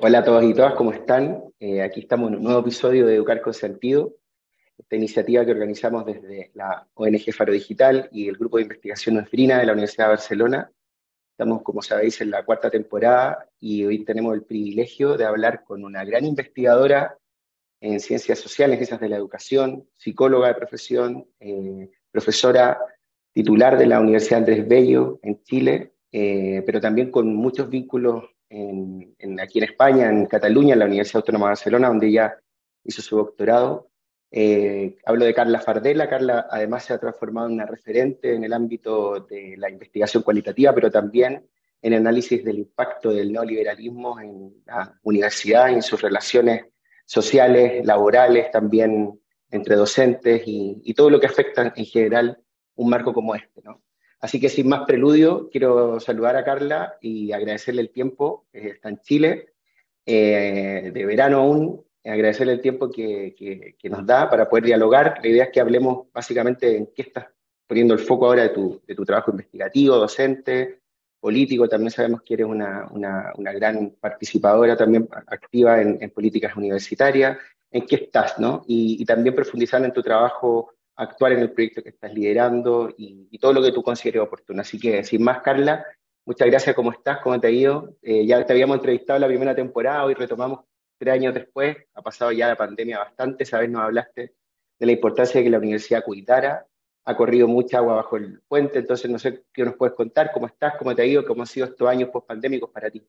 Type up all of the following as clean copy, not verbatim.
Hola a todos y todas, ¿cómo están? Aquí estamos en un nuevo episodio de Educar con Sentido, esta iniciativa que organizamos desde la ONG Faro Digital y el Grupo de Investigación Nefrina de la Universidad de Barcelona. Estamos, como sabéis, en la cuarta temporada y hoy tenemos el privilegio de hablar con una gran investigadora en ciencias sociales, ciencias de la educación, psicóloga de profesión, profesora titular de la Universidad Andrés Bello en Chile, pero también con muchos vínculos aquí en España, en Cataluña, en la Universidad Autónoma de Barcelona, donde ella hizo su doctorado. Hablo de Carla Fardela. Carla además se ha transformado en una referente en el ámbito de la investigación cualitativa, pero también en el análisis del impacto del neoliberalismo en la universidad y en sus relaciones sociales, laborales, también entre docentes y todo lo que afecta en general un marco como este, ¿no? Así que sin más preludio, quiero saludar a Carla y agradecerle el tiempo. Está en Chile, de verano aún, agradecerle el tiempo que nos da para poder dialogar. La idea es que hablemos básicamente en qué estás poniendo el foco ahora de tu trabajo investigativo, docente, político. También sabemos que eres una gran participadora, también activa en políticas universitarias. ¿En qué estás, no? Y también profundizar en tu trabajo actual en el proyecto que estás liderando y todo lo que tú consideres oportuno. Así que, sin más, Carla, muchas gracias. ¿Cómo estás? ¿Cómo te ha ido? Ya te habíamos entrevistado en la primera temporada, hoy retomamos 3 años después, ha pasado ya la pandemia bastante, esa vez nos hablaste de la importancia de que la universidad cuidara, ha corrido mucha agua bajo el puente, entonces no sé qué nos puedes contar, cómo estás, cómo te ha ido, cómo han sido estos años post-pandémicos para ti.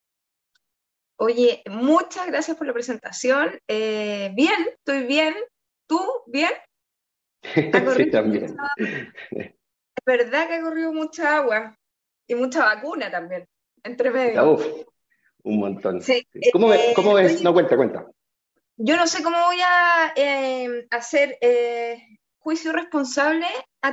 Oye, muchas gracias por la presentación. Bien, estoy bien. ¿Tú bien? Ha Sí, corrido también. es verdad que ha corrido mucha agua y mucha vacuna también, entre medio. Uf, un montón. Sí, Sí. ¿Cómo ves? oye, No, cuenta, cuenta. yo no sé cómo voy a hacer juicio responsable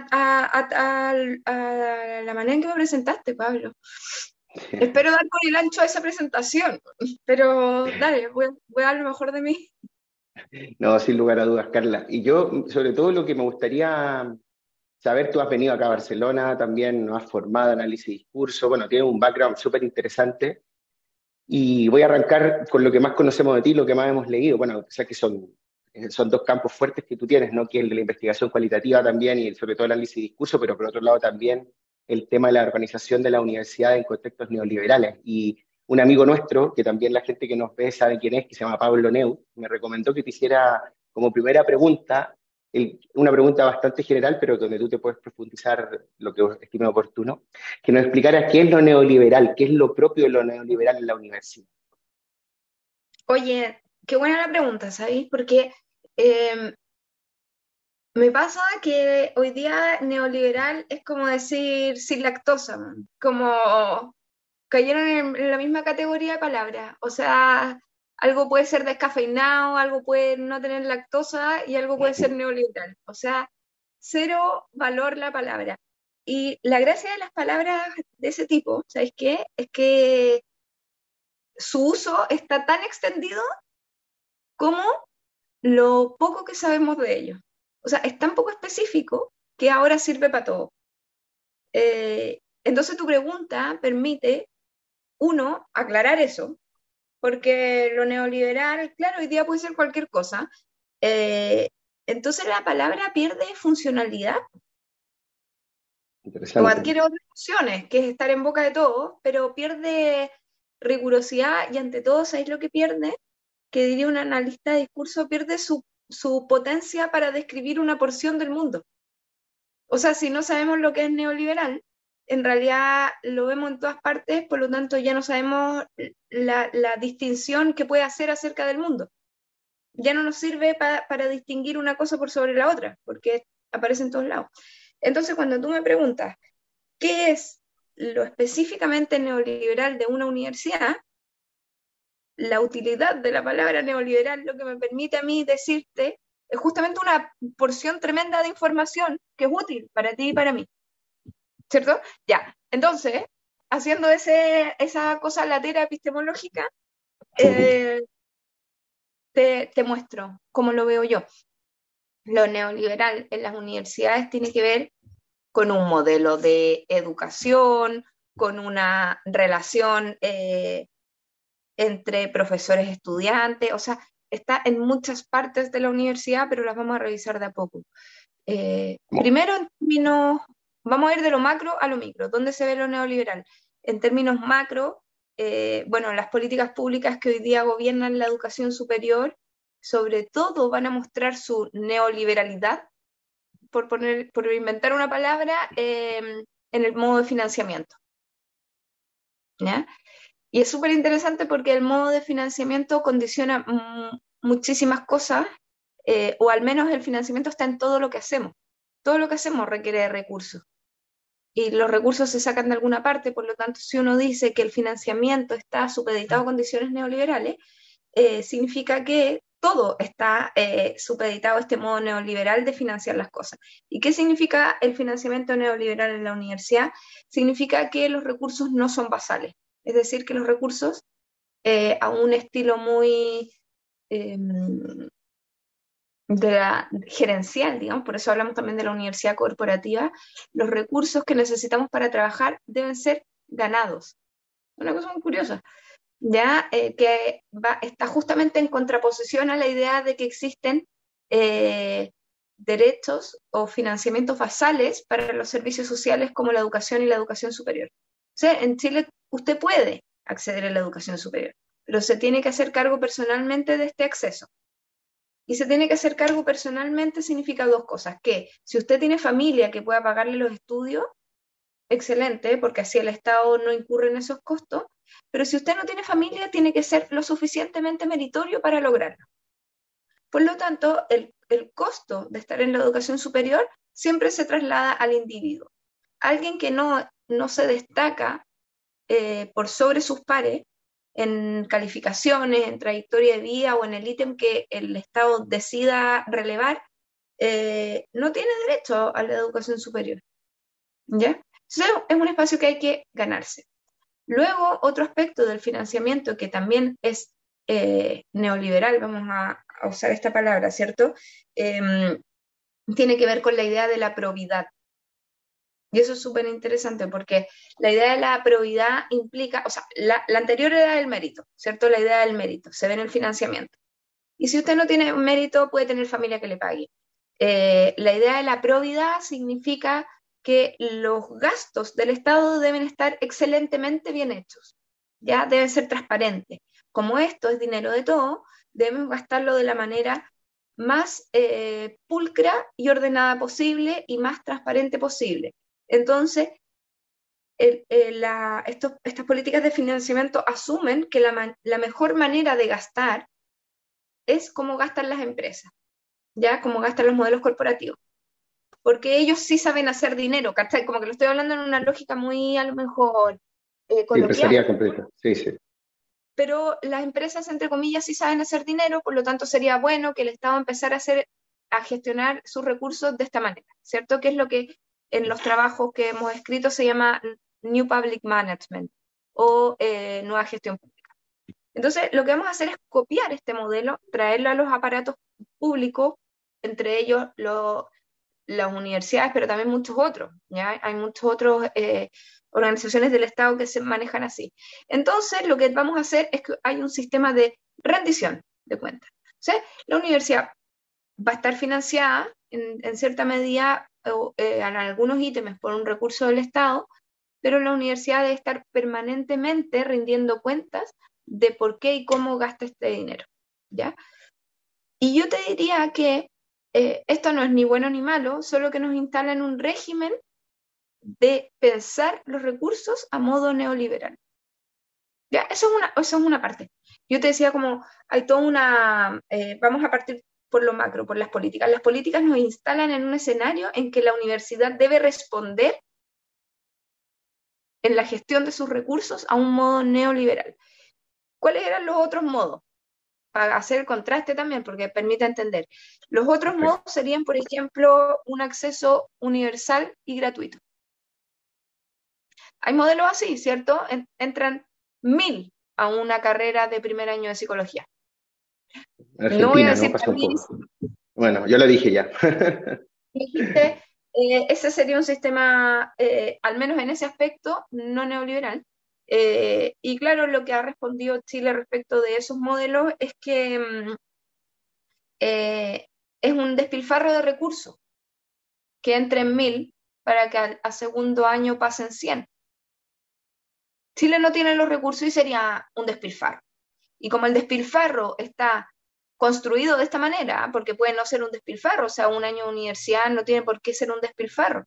a la manera en que me presentaste, Pablo. Espero dar con el ancho a esa presentación, pero dale, voy a dar lo mejor de mí. No, sin lugar a dudas, Carla. Y yo, sobre todo, lo que me gustaría saber, tú has venido acá a Barcelona, también nos has formado análisis y discurso, bueno, tienes un background súper interesante. Y voy a arrancar con lo que más conocemos de ti, lo que más hemos leído. Bueno, o sea que son dos campos fuertes que tú tienes, ¿no? Que el de la investigación cualitativa también y sobre todo el análisis y discurso, pero por otro lado también el tema de la organización de la universidad en contextos neoliberales. Y un amigo nuestro, que también la gente que nos ve sabe quién es, que se llama Pablo Neu, me recomendó que te hiciera como primera pregunta, una pregunta bastante general, pero donde tú te puedes profundizar lo que estime oportuno, que nos explicara qué es lo neoliberal, qué es lo propio de lo neoliberal en la universidad. Oye, qué buena la pregunta, ¿sabéis? Porque eh, me pasa que hoy día neoliberal es como decir sin lactosa, man. Como cayeron en la misma categoría de palabras. O sea, algo puede ser descafeinado, algo puede no tener lactosa y algo puede ser neoliberal. O sea, cero valor la palabra. Y la gracia de las palabras de ese tipo, ¿sabéis qué? Es que su uso está tan extendido como lo poco que sabemos de ellos. O sea, es tan poco específico que ahora sirve para todo. Entonces tu pregunta permite, uno, aclarar eso, porque lo neoliberal, claro, hoy día puede ser cualquier cosa. Eh, entonces la palabra pierde funcionalidad o Interesante. adquiere otras funciones, que es estar en boca de todos, pero pierde rigurosidad y ante todo, ¿sabéis lo que pierde? Que diría un analista de discurso, pierde su potencia para describir una porción del mundo. O sea, si no sabemos lo que es neoliberal, en realidad lo vemos en todas partes, por lo tanto ya no sabemos la distinción que puede hacer acerca del mundo. Ya no nos sirve para distinguir una cosa por sobre la otra, porque aparece en todos lados. Entonces, cuando tú me preguntas, ¿qué es lo específicamente neoliberal de una universidad? La utilidad de la palabra neoliberal lo que me permite a mí decirte es justamente una porción tremenda de información que es útil para ti y para mí, ¿cierto? Ya, entonces, haciendo esa cosa latera epistemológica, eh, te muestro cómo lo veo yo. Lo neoliberal en las universidades tiene que ver con un modelo de educación, con una relación entre profesores estudiantes, o sea, está en muchas partes de la universidad, pero las vamos a revisar de a poco. Primero, en términos, vamos a ir de lo macro a lo micro. ¿Dónde se ve lo neoliberal? En términos macro, bueno, las políticas públicas que hoy día gobiernan la educación superior, sobre todo van a mostrar su neoliberalidad, por inventar una palabra, en el modo de financiamiento. ¿Ya? Y es súper interesante porque el modo de financiamiento condiciona muchísimas cosas, o al menos el financiamiento está en todo lo que hacemos. Todo lo que hacemos requiere de recursos. Y los recursos se sacan de alguna parte, por lo tanto, si uno dice que el financiamiento está supeditado a condiciones neoliberales, significa que todo está supeditado a este modo neoliberal de financiar las cosas. ¿Y qué significa el financiamiento neoliberal en la universidad? Significa que los recursos no son basales, es decir, que los recursos, a un estilo muy de la gerencial, digamos, por eso hablamos también de la universidad corporativa, los recursos que necesitamos para trabajar deben ser ganados. Una cosa muy curiosa, ya que está justamente en contraposición a la idea de que existen derechos o financiamientos basales para los servicios sociales como la educación y la educación superior. O sea, en Chile usted puede acceder a la educación superior, pero se tiene que hacer cargo personalmente de este acceso. Y se tiene que hacer cargo personalmente significa dos cosas, que si usted tiene familia que pueda pagarle los estudios, excelente, porque así el Estado no incurre en esos costos, pero si usted no tiene familia, tiene que ser lo suficientemente meritorio para lograrlo. Por lo tanto, el costo de estar en la educación superior siempre se traslada al individuo. Alguien que no se destaca por sobre sus pares en calificaciones, en trayectoria de vida o en el ítem que el Estado decida relevar, no tiene derecho a la educación superior. ¿Ya? Entonces, es un espacio que hay que ganarse. Luego, otro aspecto del financiamiento que también es neoliberal, vamos a usar esta palabra, ¿cierto? Tiene que ver con la idea de la probidad. Y eso es súper interesante porque la idea de la probidad implica, o sea, la anterior era del mérito, ¿cierto? La idea del mérito, se ve en el financiamiento. Y si usted no tiene mérito, puede tener familia que le pague. La idea de la probidad significa que los gastos del Estado deben estar excelentemente bien hechos, ¿ya? Deben ser transparentes. Como esto es dinero de todo, debemos gastarlo de la manera más pulcra y ordenada posible y más transparente posible. Entonces, estas políticas de financiamiento asumen que la mejor manera de gastar es como gastan las empresas, ¿ya? Como gastan los modelos corporativos. Porque ellos sí saben hacer dinero, ¿cachai? Como que lo estoy hablando en una lógica muy, a lo mejor, coloquial. Empresarial completa, sí, sí. Pero las empresas, entre comillas, sí saben hacer dinero, por lo tanto sería bueno que el Estado empezara a gestionar sus recursos de esta manera, ¿cierto? Que es lo que en los trabajos que hemos escrito se llama New Public Management o nueva gestión pública. Entonces, lo que vamos a hacer es copiar este modelo, traerlo a los aparatos públicos, entre ellos las universidades, pero también muchos otros, ¿ya? Hay muchos otros organizaciones del Estado que se manejan así. Entonces, lo que vamos a hacer es que hay un sistema de rendición de cuentas. ¿Sí? La universidad va a estar financiada en cierta medida en algunos ítems por un recurso del Estado, pero la universidad debe estar permanentemente rindiendo cuentas de por qué y cómo gasta este dinero, ¿ya? Y yo te diría que esto no es ni bueno ni malo, solo que nos instala en un régimen de pensar los recursos a modo neoliberal. ¿Ya? Eso es una parte. Yo te decía como hay toda vamos a partir por lo macro, por las políticas. Las políticas nos instalan en un escenario en que la universidad debe responder en la gestión de sus recursos a un modo neoliberal. ¿Cuáles eran los otros modos? Para hacer el contraste también, porque permite entender. Los otros modos serían, por ejemplo, un acceso universal y gratuito. Hay modelos así, ¿cierto? Entran 1000 a una carrera de primer año de psicología. Argentina, no voy a decir pasa un poco. Bueno, yo lo dije ya. Ese sería un sistema, al menos en ese aspecto, no neoliberal. Y claro, lo que ha respondido Chile respecto de esos modelos es que eh, es un despilfarro de recursos, que entren 1.000 para que a segundo año pasen 100. Chile no tiene los recursos y sería un despilfarro. Y como el despilfarro está construido de esta manera, porque puede no ser un despilfarro, o sea, un año de universidad no tiene por qué ser un despilfarro.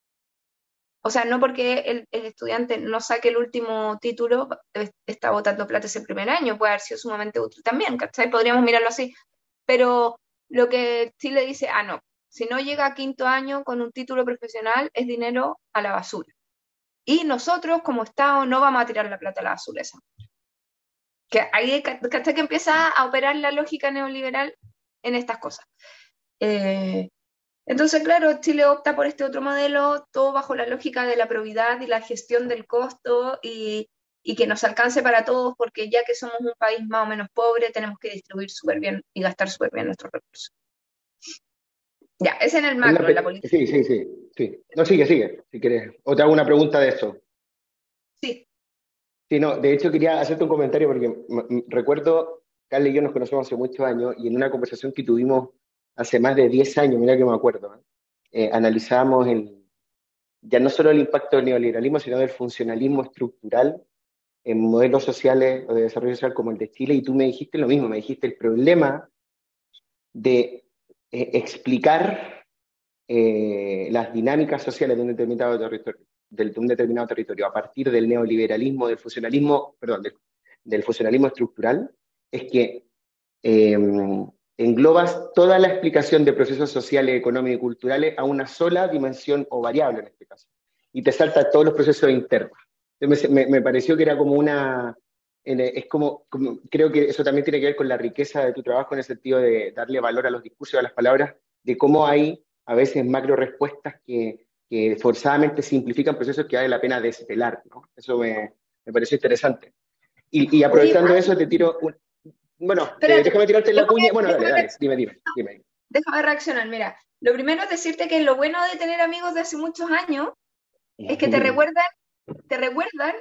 O sea, no porque el estudiante no saque el último título, está botando plata ese primer año, puede haber sido sumamente útil también, ¿cachai? Podríamos mirarlo así. Pero lo que Chile dice, no, si no llega a quinto año con un título profesional, es dinero a la basura. Y nosotros, como Estado, no vamos a tirar la plata a la basura esa. Que ahí, ¿cachai? Que empieza a operar la lógica neoliberal en estas cosas. Entonces, claro, Chile opta por este otro modelo, todo bajo la lógica de la probidad y la gestión del costo y que nos alcance para todos, porque ya que somos un país más o menos pobre, tenemos que distribuir súper bien y gastar súper bien nuestros recursos. Ya, es en el macro, en la política. Sí, sí, sí, sí. No, sigue, si querés. O te hago una pregunta de eso. Sí. Sí, no, de hecho quería hacerte un comentario porque recuerdo, Carla y yo nos conocemos hace muchos años y en una conversación que tuvimos hace más de 10 años, mira que me acuerdo, analizábamos ya no solo el impacto del neoliberalismo, sino del funcionalismo estructural en modelos sociales o de desarrollo social como el de Chile, y tú me dijiste lo mismo, me dijiste el problema de explicar las dinámicas sociales de un determinado territorio, de un determinado territorio a partir del neoliberalismo, del funcionalismo, perdón, del funcionalismo estructural, es que eh, englobas toda la explicación de procesos sociales, económicos y culturales a una sola dimensión o variable en este caso, y te salta todos los procesos internos. Entonces me pareció que era como es como, creo que eso también tiene que ver con la riqueza de tu trabajo en el sentido de darle valor a los discursos y a las palabras, de cómo hay a veces macro respuestas que forzadamente simplifican procesos que vale la pena desvelar, ¿no? Eso me pareció interesante. Y Oye, aprovechando eso, te tiro bueno, espérate, déjame tirarte la déjame, cuña. Bueno, dale, dime. déjame reaccionar. Mira, lo primero es decirte que lo bueno de tener amigos de hace muchos años es que te recuerdan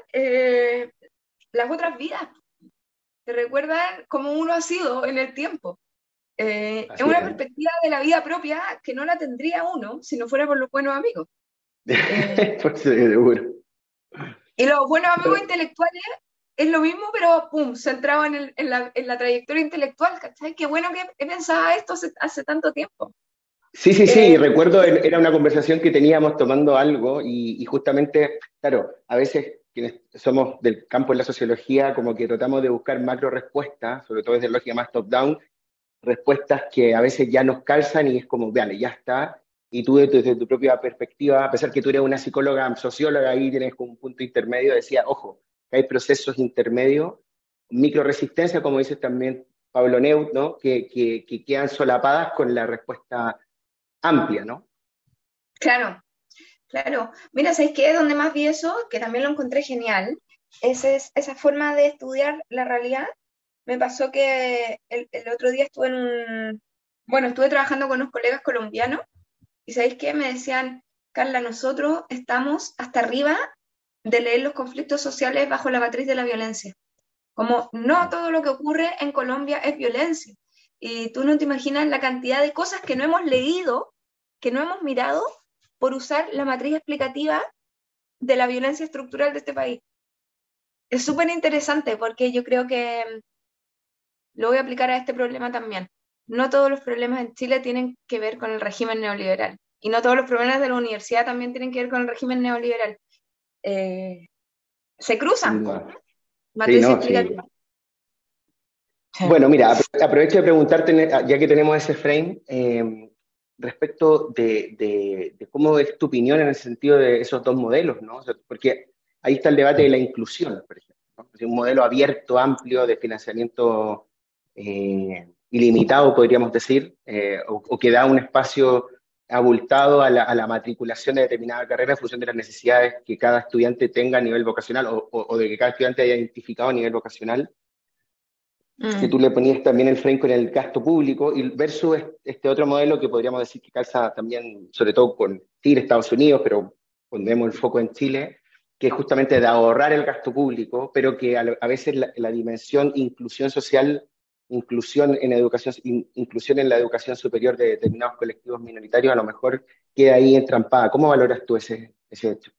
las otras vidas, te recuerdan cómo uno ha sido en el tiempo. Es Así una es. perspectiva de la vida propia que no la tendría uno si no fuera por los buenos amigos. Pues seguro. Y los buenos amigos intelectuales es lo mismo, pero pum, centrado en la trayectoria intelectual, ¿cachai? Qué bueno que he pensado esto hace tanto tiempo. Sí, Eh, recuerdo, era una conversación que teníamos tomando algo y justamente, claro, a veces quienes somos del campo de la sociología, como que tratamos de buscar macro respuestas, sobre todo desde lógica más top-down, respuestas que a veces ya nos calzan y es como, vale, ya está. Y tú desde tu propia perspectiva, a pesar que tú eres una psicóloga, socióloga, ahí tienes como un punto intermedio, decía, ojo, que hay procesos intermedios, microresistencia, como dices también Pablo Neut, ¿no? Que quedan solapadas con la respuesta amplia, ¿no? claro, claro. Mira, ¿sabes qué? Donde más vi eso, que también lo encontré genial, esa forma de estudiar la realidad. Me pasó que el otro día estuve trabajando con unos colegas colombianos y ¿sabéis qué? Me decían, Carla, nosotros estamos hasta arriba de leer los conflictos sociales bajo la matriz de la violencia. Como no todo lo que ocurre en Colombia es violencia. Y tú no te imaginas la cantidad de cosas que no hemos leído, que no hemos mirado, por usar la matriz explicativa de la violencia estructural de este país. Es súper interesante porque yo creo que lo voy a aplicar a este problema también. No todos los problemas en Chile tienen que ver con el régimen neoliberal. Y no todos los problemas de la universidad también tienen que ver con el régimen neoliberal. Eh, Se cruzan, Sin po. duda. Sí, Matriz no, sí. explicativa. Sí. Bueno, mira, aprovecho de preguntarte, ya que tenemos ese frame, respecto de cómo es tu opinión en el sentido de esos dos modelos, ¿no? O sea, porque ahí está el debate de la inclusión, por ejemplo, ¿no? Es un modelo abierto, amplio, de financiamiento ilimitado, podríamos decir, o que da un espacio abultado a la matriculación de determinada carrera en función de las necesidades que cada estudiante tenga a nivel vocacional o de que cada estudiante haya identificado a nivel vocacional, que Mm. tú le ponías también el frame con el gasto público, y versus este otro modelo que podríamos decir que calza también, sobre todo con Chile, Estados Unidos, pero pondremos el foco en Chile, que es justamente de ahorrar el gasto público, pero que a veces la dimensión inclusión social, inclusión en la educación superior de determinados colectivos minoritarios, a lo mejor queda ahí entrampada. ¿Cómo valoras tú ese hecho?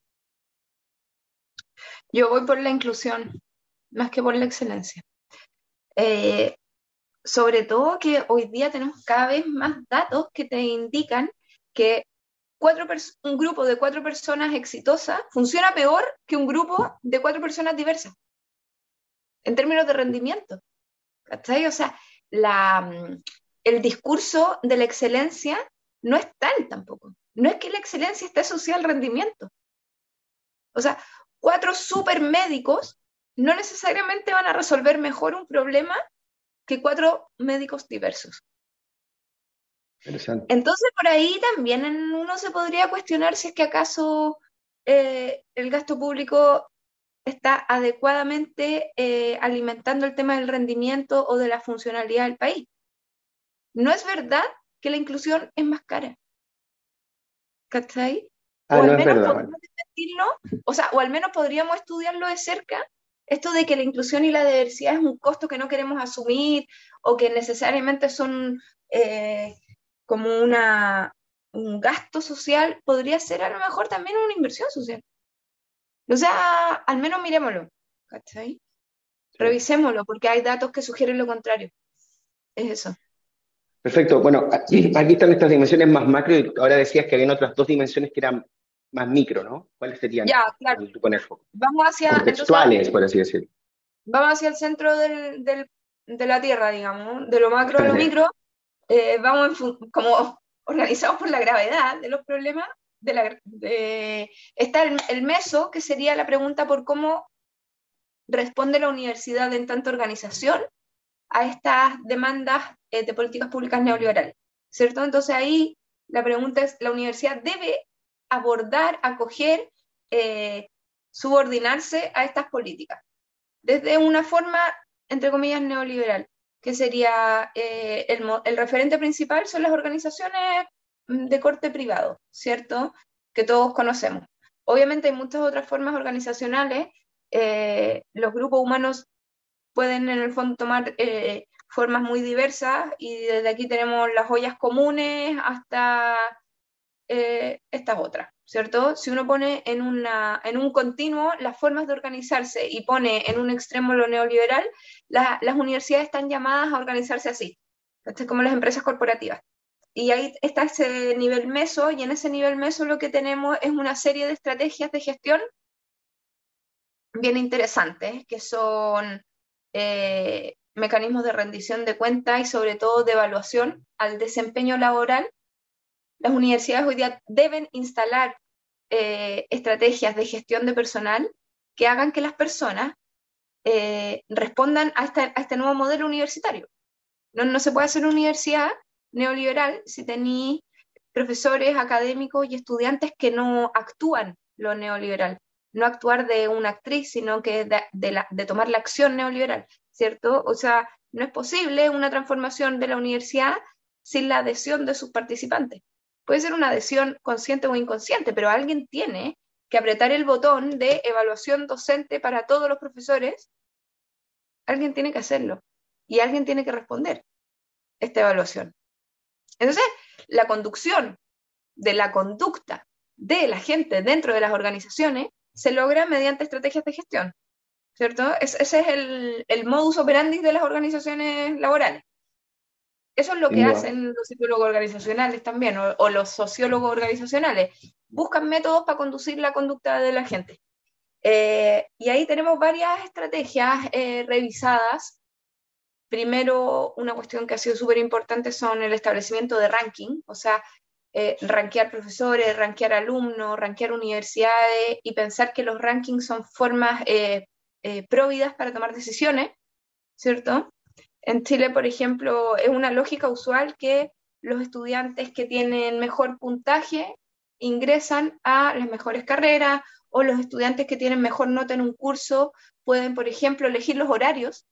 Yo voy por la inclusión, más que por la excelencia. Eh, Sobre todo que hoy día tenemos cada vez más datos que te indican que un grupo de 4 personas exitosas funciona peor que un grupo de 4 personas diversas, en términos de rendimiento. ¿Cachai? O sea, el discurso de la excelencia no es tal tampoco. No es que la excelencia esté asociada al rendimiento. O sea, 4 supermédicos no necesariamente van a resolver mejor un problema que 4 médicos diversos. Interesante. Entonces, por ahí también uno se podría cuestionar si es que acaso el gasto público está adecuadamente alimentando el tema del rendimiento o de la funcionalidad del país. No es verdad que la inclusión es más cara, ¿cachai? O Ah, al no es menos verdad, bueno. podríamos discutirlo, o al menos podríamos estudiarlo de cerca, esto de que la inclusión y la diversidad es un costo que no queremos asumir o que necesariamente son eh, como un gasto social, podría ser a lo mejor también una inversión social. O sea, al menos miremoslo, ¿cachai? Sí. Revisémoslo, porque hay datos que sugieren lo contrario. Es eso. Perfecto. Bueno, aquí están estas dimensiones más macro y ahora decías que habían otras dos dimensiones que eran más micro, ¿no? ¿Cuáles serían Ya, estas claro. donde tú pones foco? Entonces, Contextuales, por así decirlo. vamos hacia el centro de la Tierra, digamos, de lo macro a lo micro, como organizados por la gravedad de los problemas. Está el meso, que sería la pregunta por cómo responde la universidad en tanta organización a estas demandas de políticas públicas neoliberales, ¿cierto? Entonces ahí la pregunta es, ¿la universidad debe abordar, acoger, eh, subordinarse a estas políticas? Desde una forma, entre comillas, neoliberal, que sería el referente principal son las organizaciones de corte privado, ¿cierto? Que todos conocemos. Obviamente hay muchas otras formas organizacionales. Los grupos humanos pueden en el fondo tomar formas muy diversas y desde aquí tenemos las ollas comunes hasta estas otras, ¿cierto? Si uno pone en un continuo las formas de organizarse y pone en un extremo lo neoliberal, las universidades están llamadas a organizarse así, ¿cachai? Como las empresas corporativas. Y ahí está ese nivel meso, y en ese nivel meso lo que tenemos es una serie de estrategias de gestión bien interesantes, que son mecanismos de rendición de cuentas y sobre todo de evaluación al desempeño laboral. Las universidades hoy día deben instalar estrategias de gestión de personal que hagan que las personas respondan a este nuevo modelo universitario. No se puede hacer una universidad neoliberal si tenéis profesores, académicos y estudiantes que no actúan lo neoliberal. No actuar de una actriz, sino que de tomar la acción neoliberal, ¿cierto? O sea, no es posible una transformación de la universidad sin la adhesión de sus participantes. Puede ser una adhesión consciente o inconsciente, pero alguien tiene que apretar el botón de evaluación docente para todos los profesores. Alguien tiene que hacerlo y alguien tiene que responder esta evaluación. Entonces, la conducción de la conducta de la gente dentro de las organizaciones se logra mediante estrategias de gestión, ¿cierto? Ese es el modus operandi de las organizaciones laborales. Eso es lo Sin que duda. hacen los psicólogos organizacionales también, o los sociólogos organizacionales. Buscan métodos para conducir la conducta de la gente. Y ahí tenemos varias estrategias revisadas. Primero, una cuestión que ha sido súper importante son el establecimiento de ranking, o sea, rankear profesores, rankear alumnos, rankear universidades y pensar que los rankings son formas próvidas para tomar decisiones, ¿cierto? En Chile, por ejemplo, es una lógica usual que los estudiantes que tienen mejor puntaje ingresan a las mejores carreras, o los estudiantes que tienen mejor nota en un curso pueden, por ejemplo, elegir los horarios.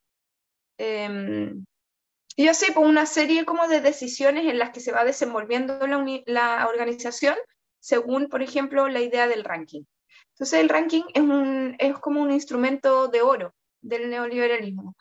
Y así, pues una serie como de decisiones en las que se va desenvolviendo la organización según, por ejemplo, la idea del ranking. Entonces el ranking es como un instrumento de oro del neoliberalismo.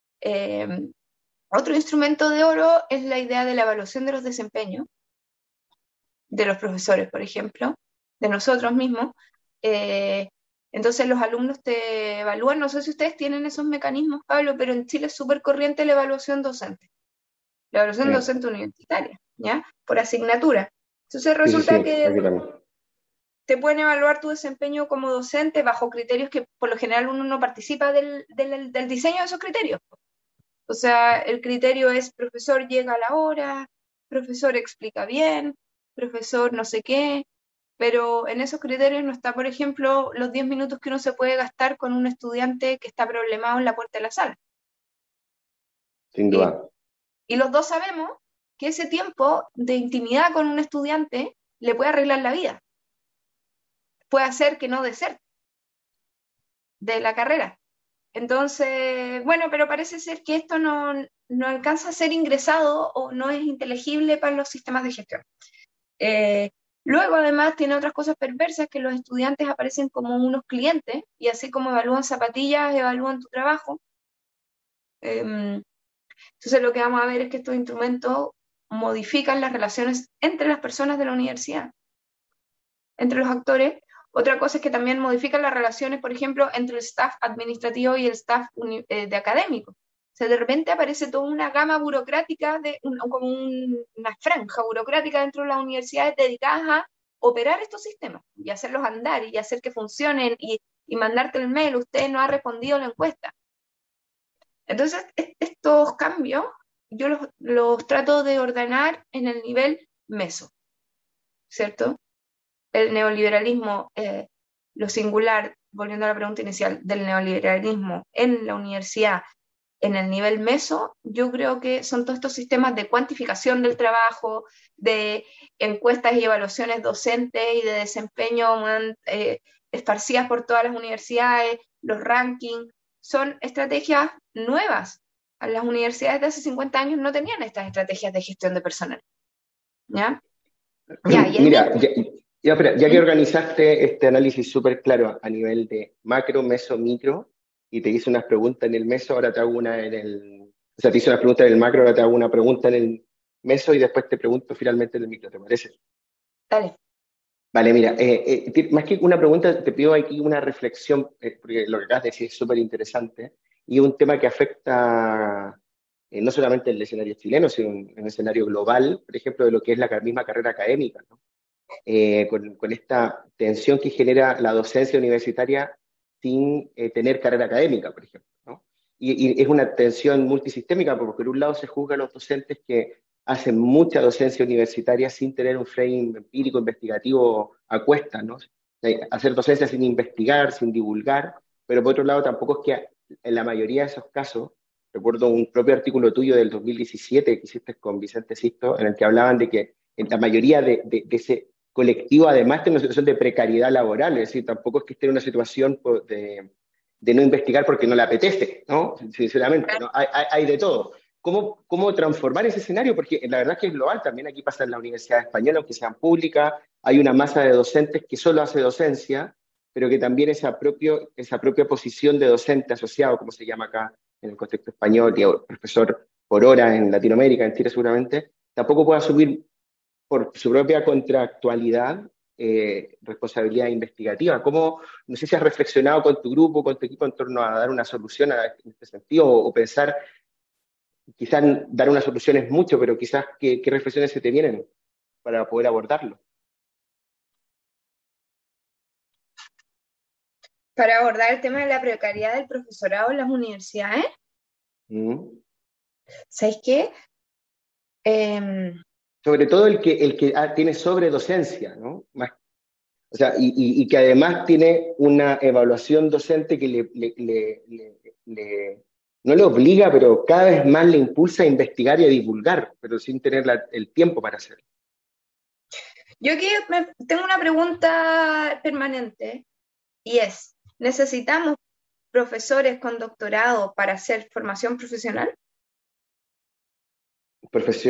Otro instrumento de oro es la idea de la evaluación de los desempeños de los profesores, por ejemplo, de nosotros mismos. Entonces los alumnos te evalúan, no sé si ustedes tienen esos mecanismos, Pablo, pero en Chile es súper corriente la evaluación docente. La evaluación docente universitaria, ¿ya? Por asignatura. Entonces resulta que te pueden evaluar tu desempeño como docente bajo criterios que por lo general uno no participa del diseño de esos criterios. O sea, el criterio es profesor llega a la hora, profesor explica bien, profesor no sé qué, pero en esos criterios no está, por ejemplo, los 10 minutos que uno se puede gastar con un estudiante que está problemado en la puerta de la sala. Sin duda. Y los dos sabemos que ese tiempo de intimidad con un estudiante le puede arreglar la vida. Puede hacer que no deserte de la carrera. Entonces, bueno, pero parece ser que esto no alcanza a ser ingresado o no es inteligible para los sistemas de gestión. Luego, además, tiene otras cosas perversas, que los estudiantes aparecen como unos clientes y así como evalúan zapatillas, evalúan tu trabajo. Entonces, lo que vamos a ver es que estos instrumentos modifican las relaciones entre las personas de la universidad, entre los actores. Otra cosa es que también modifican las relaciones, por ejemplo, entre el staff administrativo y el staff de académico. O sea, de repente aparece toda una gama burocrática, como una franja burocrática dentro de las universidades dedicadas a operar estos sistemas y hacerlos andar y hacer que funcionen y mandarte el mail, usted no ha respondido a la encuesta. Entonces, estos cambios yo los trato de ordenar en el nivel meso, ¿cierto? El neoliberalismo, lo singular, volviendo a la pregunta inicial, del neoliberalismo en la universidad, en el nivel meso, yo creo que son todos estos sistemas de cuantificación del trabajo, de encuestas y evaluaciones docentes y de desempeño esparcidas por todas las universidades, los rankings, son estrategias nuevas. Las universidades de hace 50 años no tenían estas estrategias de gestión de personal. ¿Ya? Mira, ya que organizaste este análisis súper claro a nivel de macro, meso, micro, y te hice unas preguntas en el meso, ahora te hago una en el... O sea, te hice unas preguntas en el macro, ahora te hago una pregunta en el meso y después te pregunto finalmente en el micro, ¿te parece? Dale. Vale, mira, más que una pregunta, te pido aquí una reflexión, porque lo que acabas de decir es súper interesante, y un tema que afecta no solamente el escenario chileno, sino en el escenario global, por ejemplo, de lo que es la misma carrera académica, ¿no? Con esta tensión que genera la docencia universitaria sin tener carrera académica, por ejemplo, ¿no? Y es una tensión multisistémica, porque por un lado se juzga a los docentes que hacen mucha docencia universitaria sin tener un frame empírico, investigativo a cuesta, ¿no? Hacer docencia sin investigar, sin divulgar, pero por otro lado tampoco es que en la mayoría de esos casos, recuerdo un propio artículo tuyo del 2017 que hiciste con Vicente Sisto, en el que hablaban de que en la mayoría de ese colectivo además tiene una situación de precariedad laboral, es decir, tampoco es que esté en una situación de no investigar porque no le apetece, ¿no? Sinceramente, ¿no? Hay de todo. ¿Cómo transformar ese escenario? Porque la verdad es que es global, también aquí pasa en la Universidad Española, aunque sean públicas, hay una masa de docentes que solo hace docencia, pero que también esa propia posición de docente asociado, como se llama acá en el contexto español, y profesor por hora en Latinoamérica, en Chile seguramente, tampoco puede asumir por su propia contractualidad responsabilidad investigativa. No sé si has reflexionado con tu grupo, con tu equipo en torno a dar una solución en este sentido, o pensar, quizás dar una solución es mucho, pero quizás qué reflexiones se te vienen para poder abordarlo. Para abordar el tema de la precariedad del profesorado en las universidades, ¿sabes qué? Sobre todo el que tiene sobredocencia, ¿no? O sea, y que además tiene una evaluación docente que no le obliga, pero cada vez más le impulsa a investigar y a divulgar, pero sin tener el tiempo para hacerlo. Yo aquí tengo una pregunta permanente y es, ¿necesitamos profesores con doctorado para hacer formación profesional?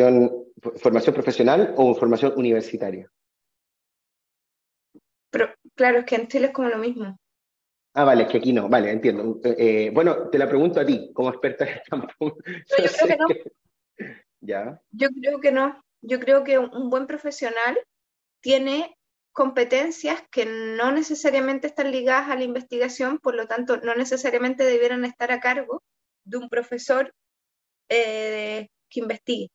¿Formación profesional o formación universitaria? Claro, es que en Chile es como lo mismo. Ah, vale, es que aquí no, vale, entiendo. Bueno, te la pregunto a ti, como experta en el campo. No, Yo yo creo que sé no. que... Ya. Yo creo que no. Yo creo que un buen profesional tiene competencias que no necesariamente están ligadas a la investigación, por lo tanto, no necesariamente debieran estar a cargo de un profesor que investigue.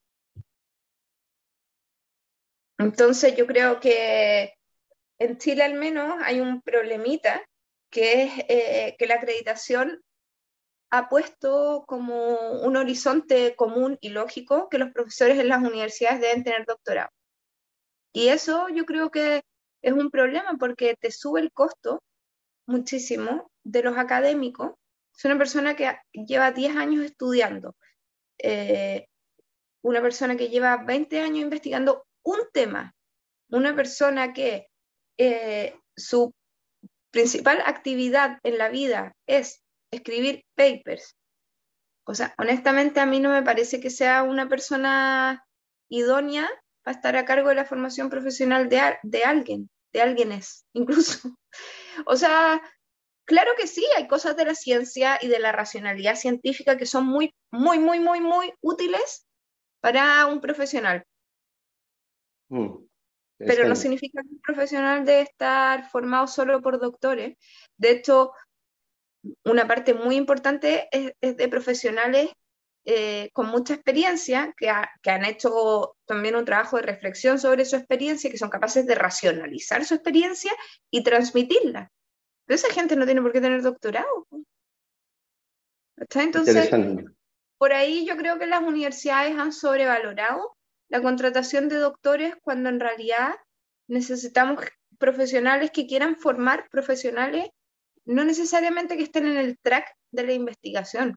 Entonces, yo creo que en Chile al menos hay un problemita, que es que la acreditación ha puesto como un horizonte común y lógico que los profesores en las universidades deben tener doctorado. Y eso yo creo que es un problema porque te sube el costo muchísimo de los académicos. Es una persona que lleva 10 años estudiando, eh, una persona que lleva 20 años investigando un tema, una persona que su principal actividad en la vida es escribir papers. O sea, honestamente a mí no me parece que sea una persona idónea para estar a cargo de la formación profesional de alguien es, incluso. O sea, claro que sí, hay cosas de la ciencia y de la racionalidad científica que son muy, muy, muy, muy, muy útiles para un profesional, Mm, pero no interesante. significa que un profesional debe estar formado solo por doctores. De hecho, una parte muy importante es de profesionales con mucha experiencia, que han hecho también un trabajo de reflexión sobre su experiencia, que son capaces de racionalizar su experiencia y transmitirla. Pero esa gente no tiene por qué tener doctorado. ¿Está? Entonces, Interesante. por ahí yo creo que las universidades han sobrevalorado la contratación de doctores cuando en realidad necesitamos profesionales que quieran formar profesionales, no necesariamente que estén en el track de la investigación.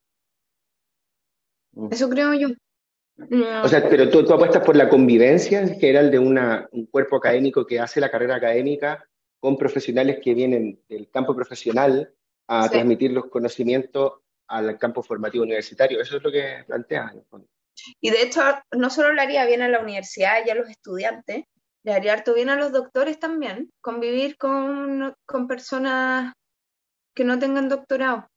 Mm. Eso creo yo. O Mm, sea, pero tú apuestas por la convivencia en general de un cuerpo académico que hace la carrera académica con profesionales que vienen del campo profesional a sí. transmitir los conocimientos al campo formativo universitario. Eso es lo que planteas, en el fondo. Y de hecho, no solo le haría bien a la universidad y a los estudiantes, le haría harto bien a los doctores también, convivir con personas que no tengan doctorado.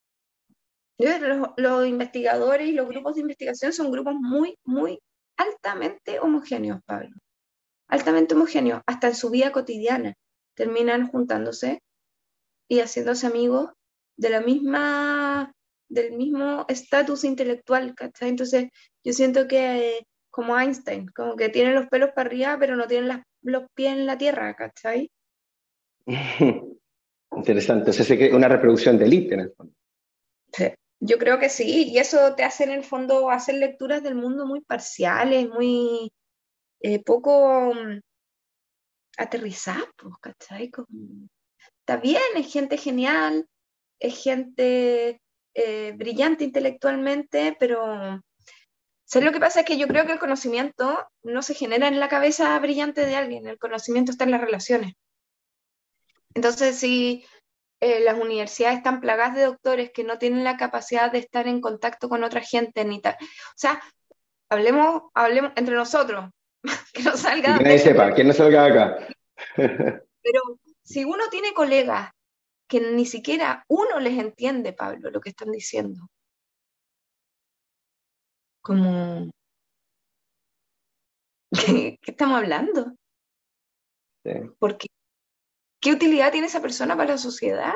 Los investigadores y los grupos de investigación son grupos muy, muy altamente homogéneos, Pablo. Altamente homogéneos, hasta en su vida cotidiana. Terminan juntándose y haciéndose amigos de la misma, del mismo estatus intelectual, ¿cachai? Entonces, yo siento que como Einstein, como que tiene los pelos para arriba, pero no tiene los pies en la tierra, ¿cachai? Interesante. O sea, una reproducción de élite, en el fondo. Sí. Yo creo que sí, y eso te hace en el fondo hacer lecturas del mundo muy parciales, muy poco aterrizadas, pues, ¿cachai? Está bien, es gente genial, es gente brillante intelectualmente, pero ¿sabes lo que pasa? Es que yo creo que el conocimiento no se genera en la cabeza brillante de alguien, el conocimiento está en las relaciones. Entonces, si las universidades están plagadas de doctores que no tienen la capacidad de estar en contacto con otra gente, ni tal. O sea, hablemos entre nosotros, que no Y que salga nadie esto, sepa, que no salga de acá. pero si uno tiene colegas que ni siquiera uno les entiende, Pablo, lo que están diciendo, como, ¿qué estamos hablando? Sí. Porque, ¿qué utilidad tiene esa persona para la sociedad?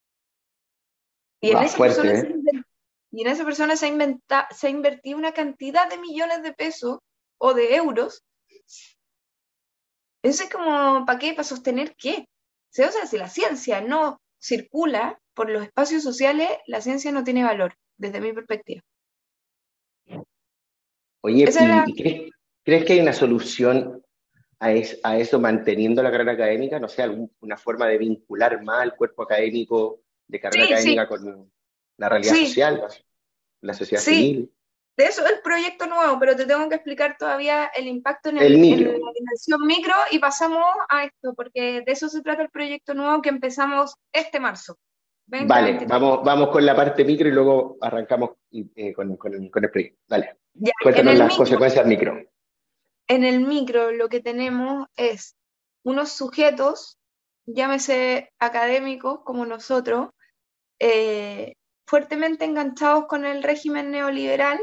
Y en Va, esa persona fuerte, se, ¿eh? y en esa persona se ha invertido una cantidad de millones de pesos o de euros. Eso es como, ¿para qué? ¿Para sostener qué? O sea, si la ciencia no circula por los espacios sociales, la ciencia no tiene valor, desde mi perspectiva. Oye, Esa es la... ¿y crees que hay una solución a eso manteniendo la carrera académica? No sé, una forma de vincular más el cuerpo académico de carrera Sí, sí, académica con la realidad sí, social, la sociedad sí. civil, De eso es el proyecto nuevo, pero te tengo que explicar todavía el impacto el en micro. la dimensión micro y pasamos a esto, porque de eso se trata el proyecto nuevo que empezamos este marzo, Vale, 2023. vamos con la parte micro y luego arrancamos con el proyecto. Dale, Ya, cuéntanos las consecuencias micro. en el micro lo que tenemos es unos sujetos llámese académicos como nosotros, eh, fuertemente enganchados con el régimen neoliberal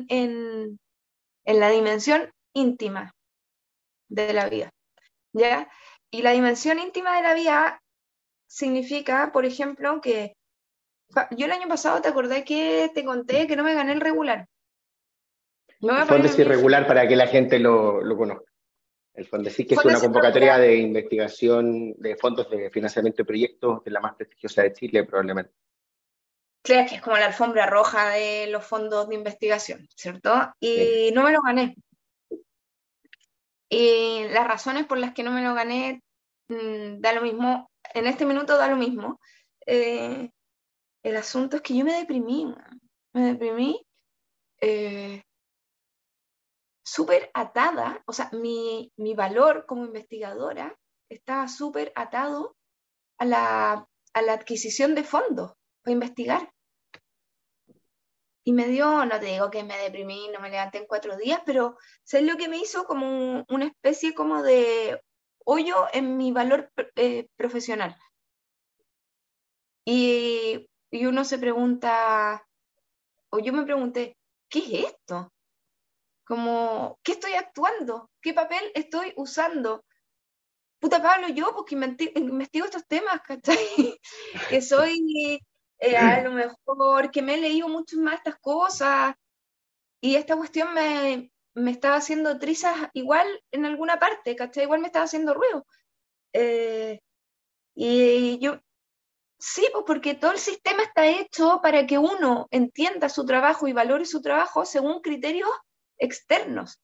en la dimensión íntima de la vida, ¿ya? Y la dimensión íntima de la vida significa, por ejemplo, que yo el año pasado, ¿te acordás que te conté que no me gané el regular? Me voy El a poner Fondesit bien feliz. irregular para que la gente lo conozca. El Fondesit, que es Fondo una sin convocatoria regular, de investigación de fondos de financiamiento de proyectos de la más prestigiosa de Chile, probablemente. claro, que es como la alfombra roja de los fondos de investigación, ¿cierto? Sí. Y no me lo gané. Y las razones por las que no me lo gané, da lo mismo, en este minuto da lo mismo. Eh, el asunto es que yo me deprimí, man. Me deprimí eh, súper atada, o sea, mi valor como investigadora estaba súper atado a la adquisición de fondos para investigar. Y me dio, no te digo que me deprimí, no me levanté en 4 días, pero ¿sabes lo que me hizo? Como una especie como de hoyo en mi valor profesional. Y uno se pregunta, o yo me pregunté, ¿qué es esto? Como, ¿qué estoy actuando? ¿Qué papel estoy usando? Puta Pablo, yo porque investigo estos temas, ¿cachai? Que soy a lo mejor, que me he leído mucho más estas cosas, y esta cuestión me estaba haciendo trizas igual en alguna parte, ¿cachai? Igual me estaba haciendo ruido. Eh, y yo, sí, pues porque todo el sistema está hecho para que uno entienda su trabajo y valore su trabajo según criterios externos.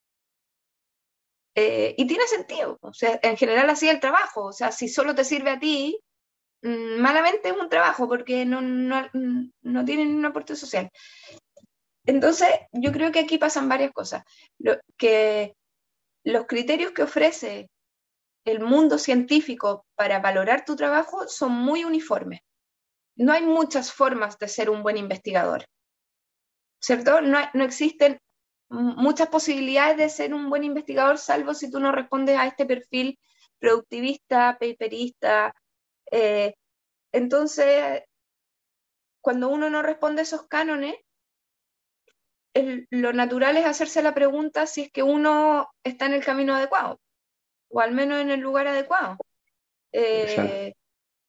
Y tiene sentido, o sea, en general así es el trabajo, o sea, si solo te sirve a ti, malamente es un trabajo porque no tiene ningún aporte social. Entonces, yo creo que aquí pasan varias cosas. Que los criterios que ofrece el mundo científico para valorar tu trabajo son muy uniformes. No hay muchas formas de ser un buen investigador, ¿cierto? No existen muchas posibilidades de ser un buen investigador, salvo si tú no respondes a este perfil productivista, paperista. Eh, entonces, cuando uno no responde a esos cánones, lo natural es hacerse la pregunta si es que uno está en el camino adecuado, o al menos en el lugar adecuado. Interesante. Eh,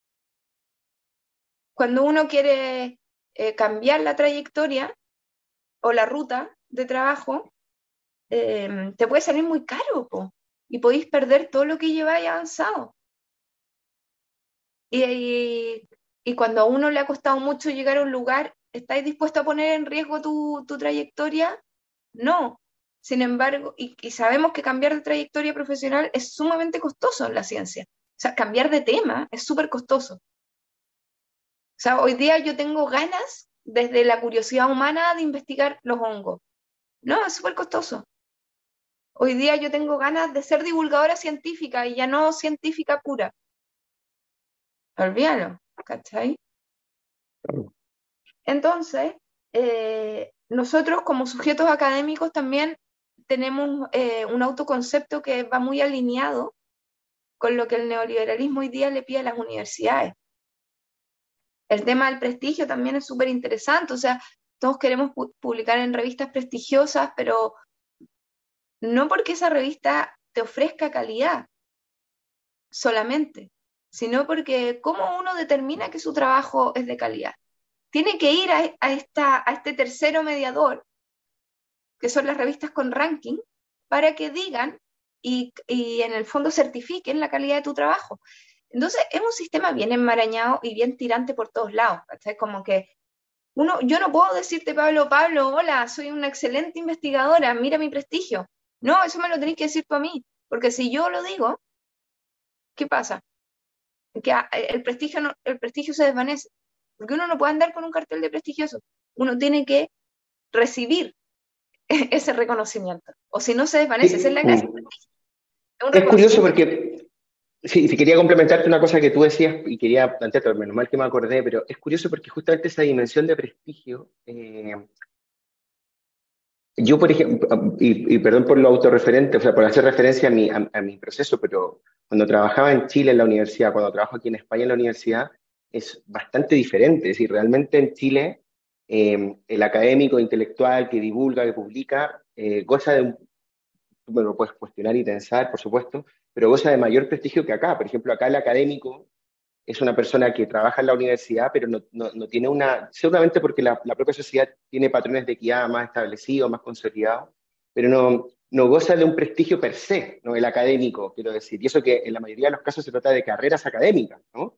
Cuando uno quiere cambiar la trayectoria o la ruta de trabajo, te puede salir muy caro, po, y podéis perder todo lo que lleváis avanzado. Y, y cuando a uno le ha costado mucho llegar a un lugar, ¿estáis dispuesto a poner en riesgo tu trayectoria? No. Sin embargo, y sabemos que cambiar de trayectoria profesional es sumamente costoso en la ciencia. O sea, cambiar de tema es súper costoso. O sea, hoy día yo tengo ganas, desde la curiosidad humana, de investigar los hongos. No, es súper costoso. Hoy día yo tengo ganas de ser divulgadora científica y ya no científica pura. Olvídalo, ¿cachai? Entonces, nosotros como sujetos académicos también tenemos un autoconcepto que va muy alineado con lo que el neoliberalismo hoy día le pide a las universidades. El tema del prestigio también es súper interesante, o sea, todos queremos publicar en revistas prestigiosas, pero no porque esa revista te ofrezca calidad solamente, sino porque cómo uno determina que su trabajo es de calidad. Tiene que ir a este tercero mediador, que son las revistas con ranking, para que digan y en el fondo certifiquen la calidad de tu trabajo. Entonces, es un sistema bien enmarañado y bien tirante por todos lados, ¿cachai? Como que yo no puedo decirte, Pablo, Pablo, hola, soy una excelente investigadora, mira mi prestigio. No, eso me lo tenés que decir tú a mí, porque si yo lo digo, ¿qué pasa? Que el prestigio se desvanece, porque uno no puede andar con un cartel de prestigioso, uno tiene que recibir ese reconocimiento, o si no se desvanece, esa es la gracia, Sí. es un Es curioso reconocimiento. porque, sí, sí, quería complementarte una cosa que tú decías y quería plantearte, menos mal que me acordé, pero es curioso porque justamente esa dimensión de prestigio Yo, por ejemplo, y perdón por lo autorreferente, o sea, por hacer referencia a mi proceso, pero cuando trabajaba en Chile en la universidad, cuando trabajo aquí en España en la universidad, es bastante diferente. Es decir, realmente en Chile, el académico intelectual que divulga, que publica, goza de un, tú me lo puedes cuestionar y pensar, por supuesto, pero goza de mayor prestigio que acá. Por ejemplo, acá el académico es una persona que trabaja en la universidad, pero no tiene una, seguramente porque la propia sociedad tiene patrones de equidad más establecidos, más consolidados, pero no goza de un prestigio per se, ¿no? El académico, quiero decir. Y eso que en la mayoría de los casos se trata de carreras académicas, ¿no?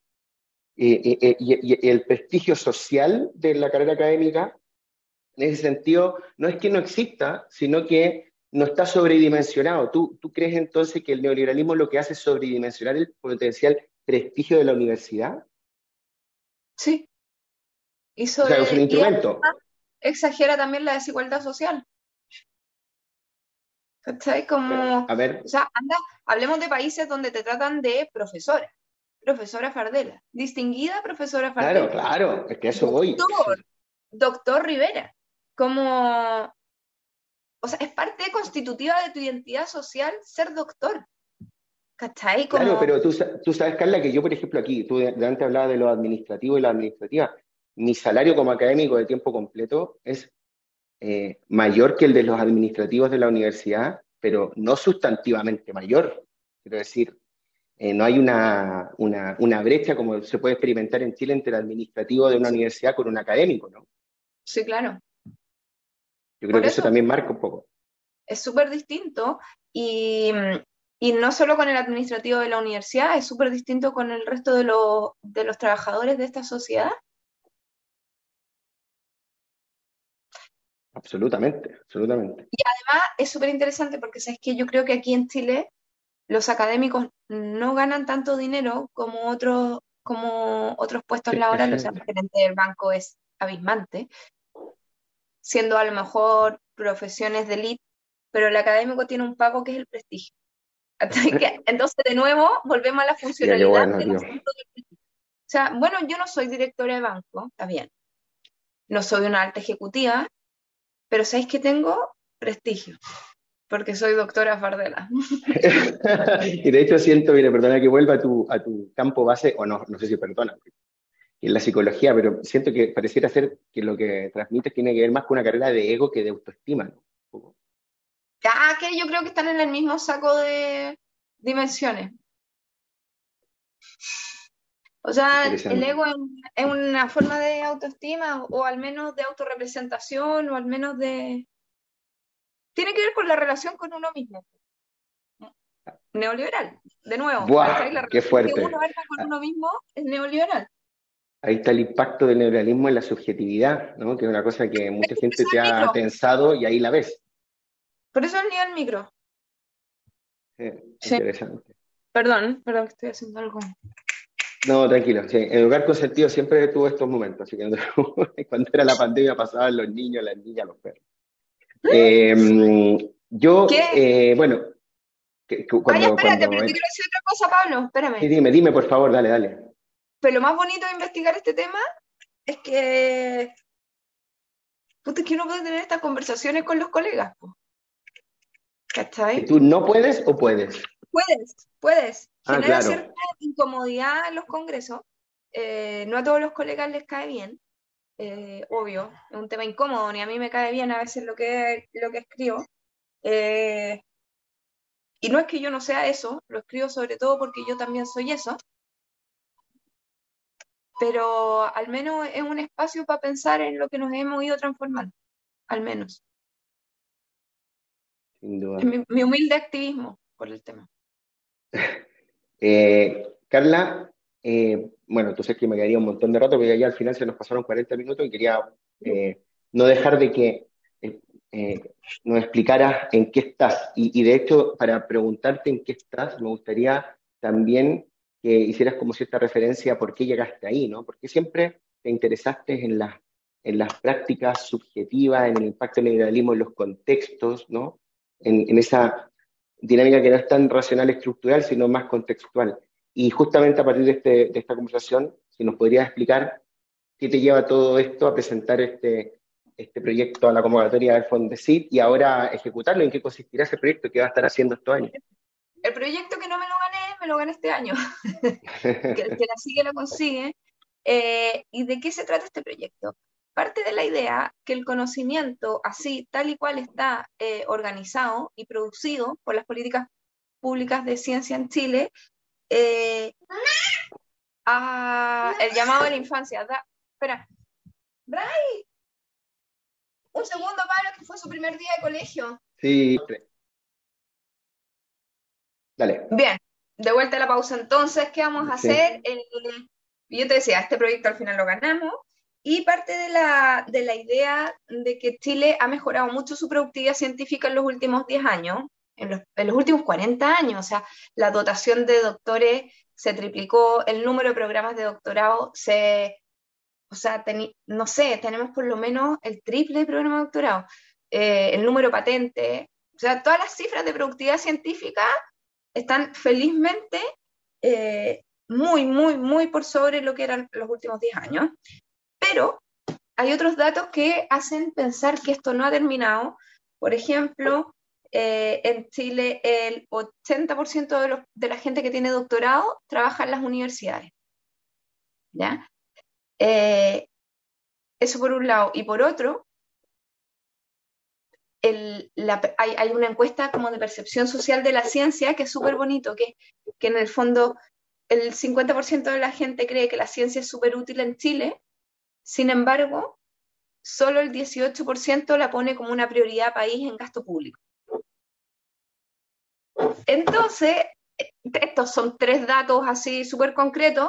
Y el prestigio social de la carrera académica, en ese sentido, no es que no exista, sino que no está sobredimensionado. ¿Tú crees entonces que el neoliberalismo lo que hace es sobredimensionar el potencial prestigio de la universidad? Sí, O sea, es un y instrumento. exagera también la desigualdad social. ¿Cachai? Como, A ver, o sea, anda, hablemos de países donde te tratan de profesora, profesora Fardela, distinguida profesora claro, Fardela, claro, es que a eso voy. doctor, doctor Rivera, como, o sea, es parte constitutiva de tu identidad social ser doctor, ¿cachai? Claro, Como, pero tú sabes, Carla, que yo, por ejemplo, aquí, tú antes hablabas de lo administrativo y la administrativa. Mi salario como académico de tiempo completo es mayor que el de los administrativos de la universidad, pero no sustantivamente mayor. Quiero decir, no hay una brecha como se puede experimentar en Chile entre el administrativo de una sí, universidad con un académico, ¿no? sí, claro, Yo creo por que eso eso también marca un poco. es súper distinto y no solo con el administrativo de la universidad, es súper distinto con el resto de los trabajadores de esta sociedad. Absolutamente, absolutamente. Ah, es súper interesante porque sabes que yo creo que aquí en Chile los académicos no ganan tanto dinero como otros puestos Sí, es laborales, o sea, cierto. el gerente del banco es abismante, siendo a lo mejor profesiones de élite, pero el académico tiene un pago que es el prestigio. Entonces, de nuevo, volvemos a la Mira qué funcionalidad bueno, del tío. asunto del prestigio. O sea, bueno, yo no soy directora de banco, está bien, no soy una alta ejecutiva, pero ¿sabéis que tengo? Prestigio, porque soy doctora Fardela. Y de hecho siento, mira, perdona que vuelva a tu campo base, o no, no sé si perdona, que es la psicología, pero siento que pareciera ser que lo que transmites tiene que ver más con una carrera de ego que de autoestima, ¿no? Un poco. Ya que yo creo que están en el mismo saco de dimensiones. O sea, el Interesante. ego es una forma de autoestima o al menos de autorrepresentación o al menos de... Tiene que ver con la relación con uno mismo. Neoliberal, de nuevo, ¿cachai? La ¡Buah! ¡Qué relación que uno fuerte! arma con uno mismo es neoliberal. Ahí está el impacto del neoliberalismo en la subjetividad, ¿no? Que es una cosa que mucha Por gente eso te el ha micro, tensado y ahí la ves. por eso el nivel micro. Sí, Interesante. perdón que estoy haciendo algo. No, tranquilo. Sí, educar con sentido siempre tuvo estos momentos, así que cuando era la pandemia pasaban los niños, las niñas, los perros. Yo, ¿Qué? bueno, Ay, cuando, espérate, cuando, pero te quiero decir otra cosa, Pablo, sí, espérame. dime, por favor, dale, dale. Pero lo más bonito de investigar este tema es que, puta, es que uno puede tener estas conversaciones con los colegas, po, ¿Que ¿cachai? tú no puedes o puedes? Puedes. Ah, Genera cierta claro. incomodidad en los congresos. No a todos los colegas les cae bien, obvio, es un tema incómodo, ni a mí me cae bien a veces lo que escribo. Eh, y no es que yo no sea eso, lo escribo sobre todo porque yo también soy eso, pero al menos es un espacio para pensar en lo que nos hemos ido transformando, al menos. Sin Es duda. mi humilde activismo por el tema. Carla, bueno, tú sabes que me quedaría un montón de rato, pero ya al final se nos pasaron 40 minutos y quería no dejar de que eh, nos explicaras en qué estás. Y de hecho, para preguntarte en qué estás, me gustaría también que hicieras como cierta referencia a por qué llegaste ahí, ¿no? Porque siempre te interesaste en las prácticas subjetivas, en el impacto del liberalismo en los contextos, ¿no? En esa dinámica que no es tan racional estructural, sino más contextual. Y justamente a partir de esta conversación, si nos podrías explicar qué te lleva todo esto a presentar este proyecto a la convocatoria del Fondesit y ahora ejecutarlo. ¿En qué consistirá ese proyecto que va a estar haciendo estos años? El proyecto que no me lo gané este año, que el que la sigue lo consigue. ¿Y de qué se trata este proyecto? Parte de la idea que el conocimiento, así, tal y cual está organizado y producido por las políticas públicas de ciencia en Chile, eh, el llamado a la infancia. Espera, Bray, un segundo, Pablo, que fue su primer día de colegio. Sí, dale. Bien, de vuelta a la pausa entonces, ¿qué vamos a Sí. hacer? Yo te decía, este proyecto al final lo ganamos y parte de la idea de que Chile ha mejorado mucho su productividad científica en los últimos 10 años, en los últimos 40 años, o sea, la dotación de doctores se triplicó, el número de programas de doctorado o sea, no sé, tenemos por lo menos el triple de programas de doctorado, el número de patentes, o sea, todas las cifras de productividad científica están felizmente muy, muy, muy por sobre lo que eran los últimos 10 años, pero hay otros datos que hacen pensar que esto no ha terminado. Por ejemplo, en Chile el 80% de la gente que tiene doctorado trabaja en las universidades, ¿ya? Eso por un lado. Y por otro, hay una encuesta como de percepción social de la ciencia que es súper bonito, que en el fondo el 50% de la gente cree que la ciencia es súper útil en Chile, sin embargo, solo el 18% la pone como una prioridad país en gasto público. Entonces, estos son tres datos así súper concretos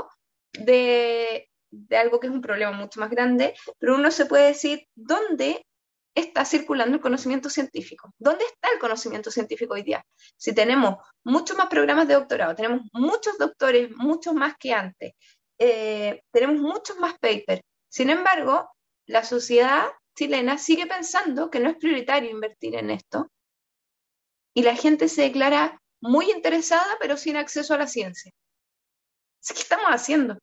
de algo que es un problema mucho más grande, pero uno se puede decir, ¿dónde está circulando el conocimiento científico? ¿Dónde está el conocimiento científico hoy día? Si tenemos muchos más programas de doctorado, tenemos muchos doctores, muchos más que antes, tenemos muchos más papers. Sin embargo, la sociedad chilena sigue pensando que no es prioritario invertir en esto y la gente se declara muy interesada pero sin acceso a la ciencia. ¿Qué estamos haciendo?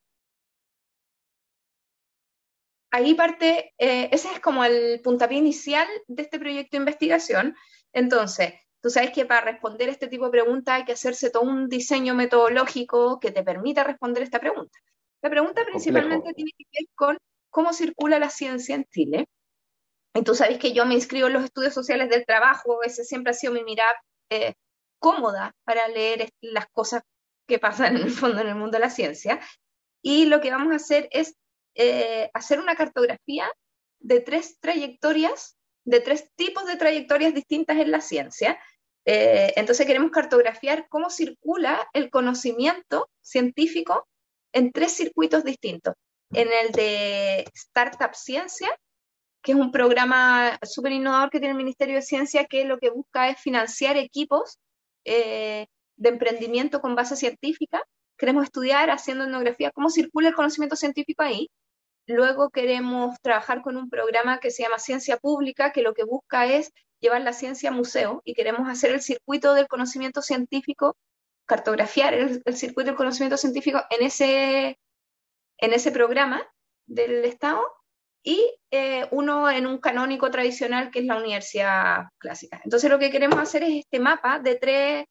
Ahí parte, ese es como el puntapié inicial de este proyecto de investigación. Entonces, tú sabes que para responder este tipo de preguntas hay que hacerse todo un diseño metodológico que te permita responder esta pregunta. La pregunta Complejo. principalmente tiene que ver con cómo circula la ciencia en Chile. Y tú sabes que yo me inscribo en los estudios sociales del trabajo, ese siempre ha sido mi mirada cómoda para leer las cosas que pasan en el fondo en el mundo de la ciencia. Y lo que vamos a hacer es hacer una cartografía de tres trayectorias, de tres tipos de trayectorias distintas en la ciencia. Entonces queremos cartografiar cómo circula el conocimiento científico en tres circuitos distintos. En el de Startup Ciencia, que es un programa súper innovador que tiene el Ministerio de Ciencia, que lo que busca es financiar equipos de emprendimiento con base científica. Queremos estudiar haciendo etnografía cómo circula el conocimiento científico ahí. Luego queremos trabajar con un programa que se llama Ciencia Pública, que lo que busca es llevar la ciencia a museo y queremos hacer el circuito del conocimiento científico, cartografiar el circuito del conocimiento científico en ese programa del Estado y uno en un canónico tradicional que es la universidad clásica. Entonces lo que queremos hacer es este mapa de tres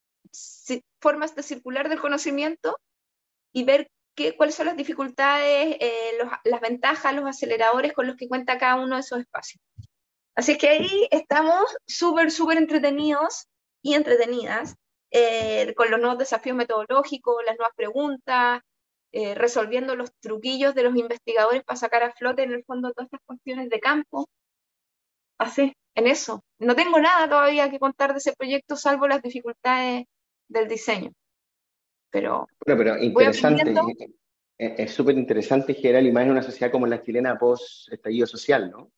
formas de circular del conocimiento y ver cuáles son las dificultades, las ventajas, los aceleradores con los que cuenta cada uno de esos espacios. Así que ahí estamos súper, súper entretenidos y entretenidas con los nuevos desafíos metodológicos, las nuevas preguntas, resolviendo los truquillos de los investigadores para sacar a flote en el fondo todas estas cuestiones de campo. Así, en eso. No tengo nada todavía que contar de ese proyecto salvo las dificultades del diseño. Pero Bueno, pero voy interesante. aprendiendo. Es súper interesante generar y más en una sociedad como la chilena post estallido social, ¿no?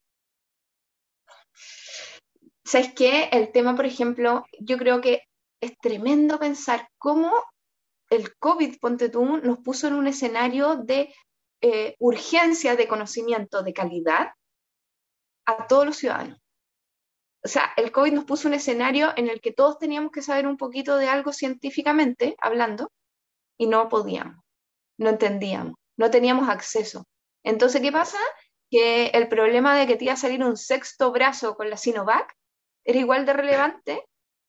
¿Sabes qué? El tema, por ejemplo, yo creo que es tremendo pensar cómo el COVID, ponte tú, nos puso en un escenario de urgencia de conocimiento de calidad a todos los ciudadanos. O sea, el COVID nos puso un escenario en el que todos teníamos que saber un poquito de algo científicamente hablando y no podíamos, no entendíamos, no teníamos acceso. Entonces, ¿qué pasa? que el problema de que te iba a salir un sexto brazo con la Sinovac era igual de relevante,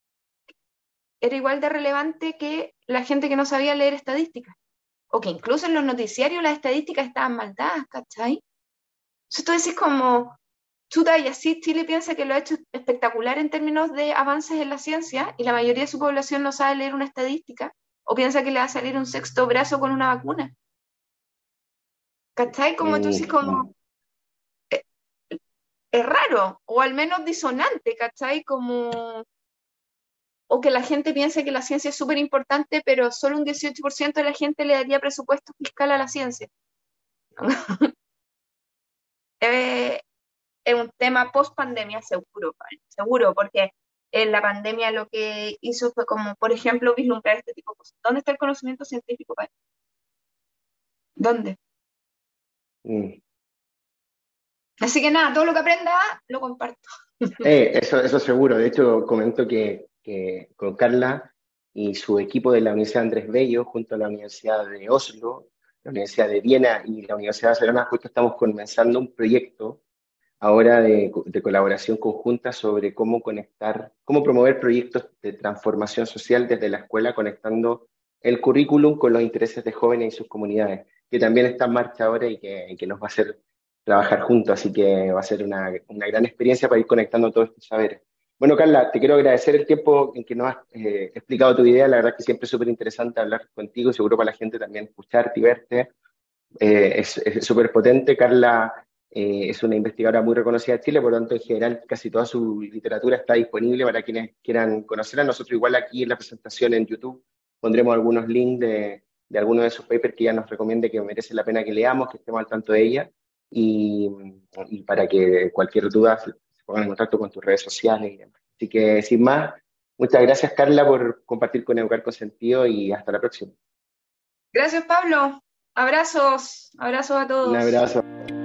que la gente que no sabía leer estadísticas. O que incluso en los noticiarios las estadísticas estaban mal dadas, ¿cachai? Entonces tú decís como, chuta, y así Chile piensa que lo ha hecho espectacular en términos de avances en la ciencia, y la mayoría de su población no sabe leer una estadística, o piensa que le va a salir un sexto brazo con una vacuna. ¿Cachai? Como tú decís como, eh, es raro, o al menos disonante, ¿cachai? Como, o que la gente piense que la ciencia es súper importante, pero solo un 18% de la gente le daría presupuesto fiscal a la ciencia. Eh, es un tema post pandemia seguro, seguro, porque en la pandemia lo que hizo fue como, por ejemplo, vislumbrar este tipo de cosas. ¿Dónde está el conocimiento científico, Pablo? ¿Dónde? Mm. Así que nada, todo lo que aprenda lo comparto. Eso seguro. De hecho, comento que con Carla y su equipo de la Universidad Andrés Bello, junto a la Universidad de Oslo, la Universidad de Viena y la Universidad de Barcelona, justo estamos comenzando un proyecto ahora de colaboración conjunta sobre cómo conectar, cómo promover proyectos de transformación social desde la escuela, conectando el currículum con los intereses de jóvenes y sus comunidades, que también está en marcha ahora y que nos va a hacer trabajar juntos, así que va a ser una gran experiencia para ir conectando todos estos saberes. Bueno, Carla, te quiero agradecer el tiempo en que nos has explicado tu idea. La verdad que siempre es súper interesante hablar contigo y seguro para la gente también escucharte y verte. Es súper potente. Carla es una investigadora muy reconocida de Chile, por lo tanto, en general, casi toda su literatura está disponible para quienes quieran conocerla. Nosotros igual aquí en la presentación en YouTube pondremos algunos links de algunos de sus papers que ella nos recomiende que merece la pena que leamos, que estemos al tanto de ella, y, y para que cualquier duda se pongan en contacto con tus redes sociales y demás. Así que, sin más, muchas gracias, Carla, por compartir con Educar con Sentido y hasta la próxima. Gracias, Pablo. Abrazos, abrazos a Un todos. abrazo.